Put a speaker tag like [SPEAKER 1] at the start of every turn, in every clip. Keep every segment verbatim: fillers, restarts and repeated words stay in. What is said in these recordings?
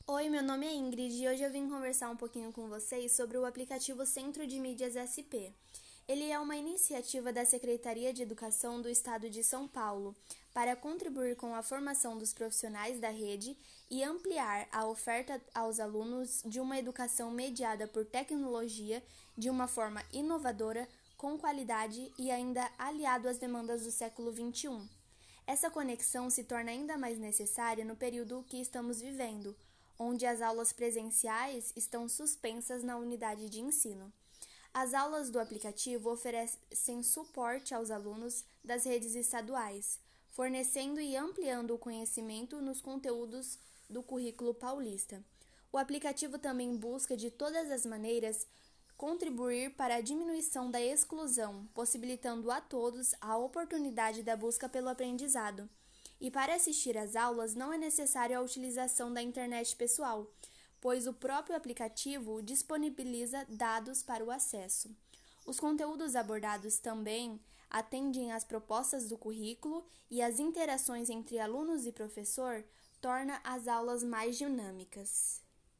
[SPEAKER 1] Oi, meu nome é Ingrid e hoje eu vim conversar um pouquinho com vocês sobre o aplicativo Centro de Mídias S P. Ele é uma iniciativa da Secretaria de Educação do Estado de São Paulo para contribuir com a formação dos profissionais da rede e ampliar a oferta aos alunos de uma educação mediada por tecnologia de uma forma inovadora, com qualidade e ainda aliado às demandas do século vinte e um. Essa conexão se torna ainda mais necessária no período que estamos vivendo, onde as aulas presenciais estão suspensas na unidade de ensino. As aulas do aplicativo oferecem suporte aos alunos das redes estaduais, fornecendo e ampliando o conhecimento nos conteúdos do currículo paulista. O aplicativo também busca, de todas as maneiras, contribuir para a diminuição da exclusão, possibilitando a todos a oportunidade da busca pelo aprendizado. E para assistir às aulas não é necessário a utilização da internet pessoal, pois o próprio aplicativo disponibiliza dados para o acesso. Os conteúdos abordados também atendem às propostas do currículo e as interações entre alunos e professor torna as aulas mais dinâmicas.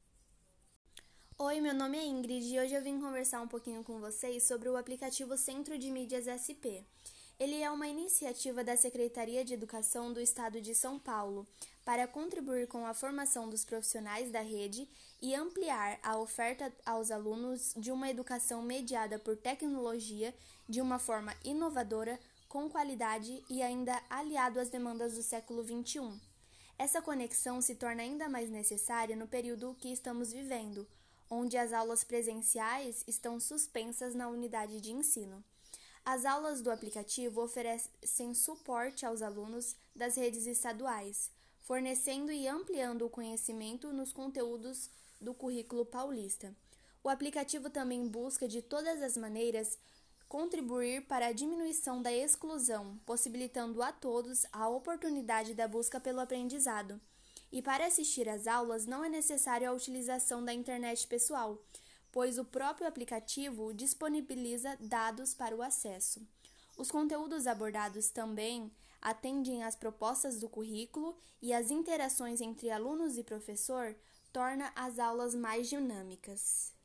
[SPEAKER 1] Oi, meu nome é Ingrid e hoje eu vim conversar um pouquinho com vocês sobre o aplicativo Centro de Mídias S P. Ele é uma iniciativa da Secretaria de Educação do Estado de São Paulo para contribuir com a formação dos profissionais da rede e ampliar a oferta aos alunos de uma educação mediada por tecnologia de uma forma inovadora, com qualidade e ainda aliado às demandas do século vinte e um. Essa conexão se torna ainda mais necessária no período que estamos vivendo, onde as aulas presenciais estão suspensas na unidade de ensino. As aulas do aplicativo oferecem suporte aos alunos das redes estaduais, fornecendo e ampliando o conhecimento nos conteúdos do currículo paulista. O aplicativo também busca, de todas as maneiras, contribuir para a diminuição da exclusão, possibilitando a todos a oportunidade da busca pelo aprendizado. E para assistir às aulas não é necessário a utilização da internet pessoal, pois o próprio aplicativo disponibiliza dados para o acesso. Os conteúdos abordados também atendem às propostas do currículo e as interações entre alunos e professor torna as aulas mais dinâmicas.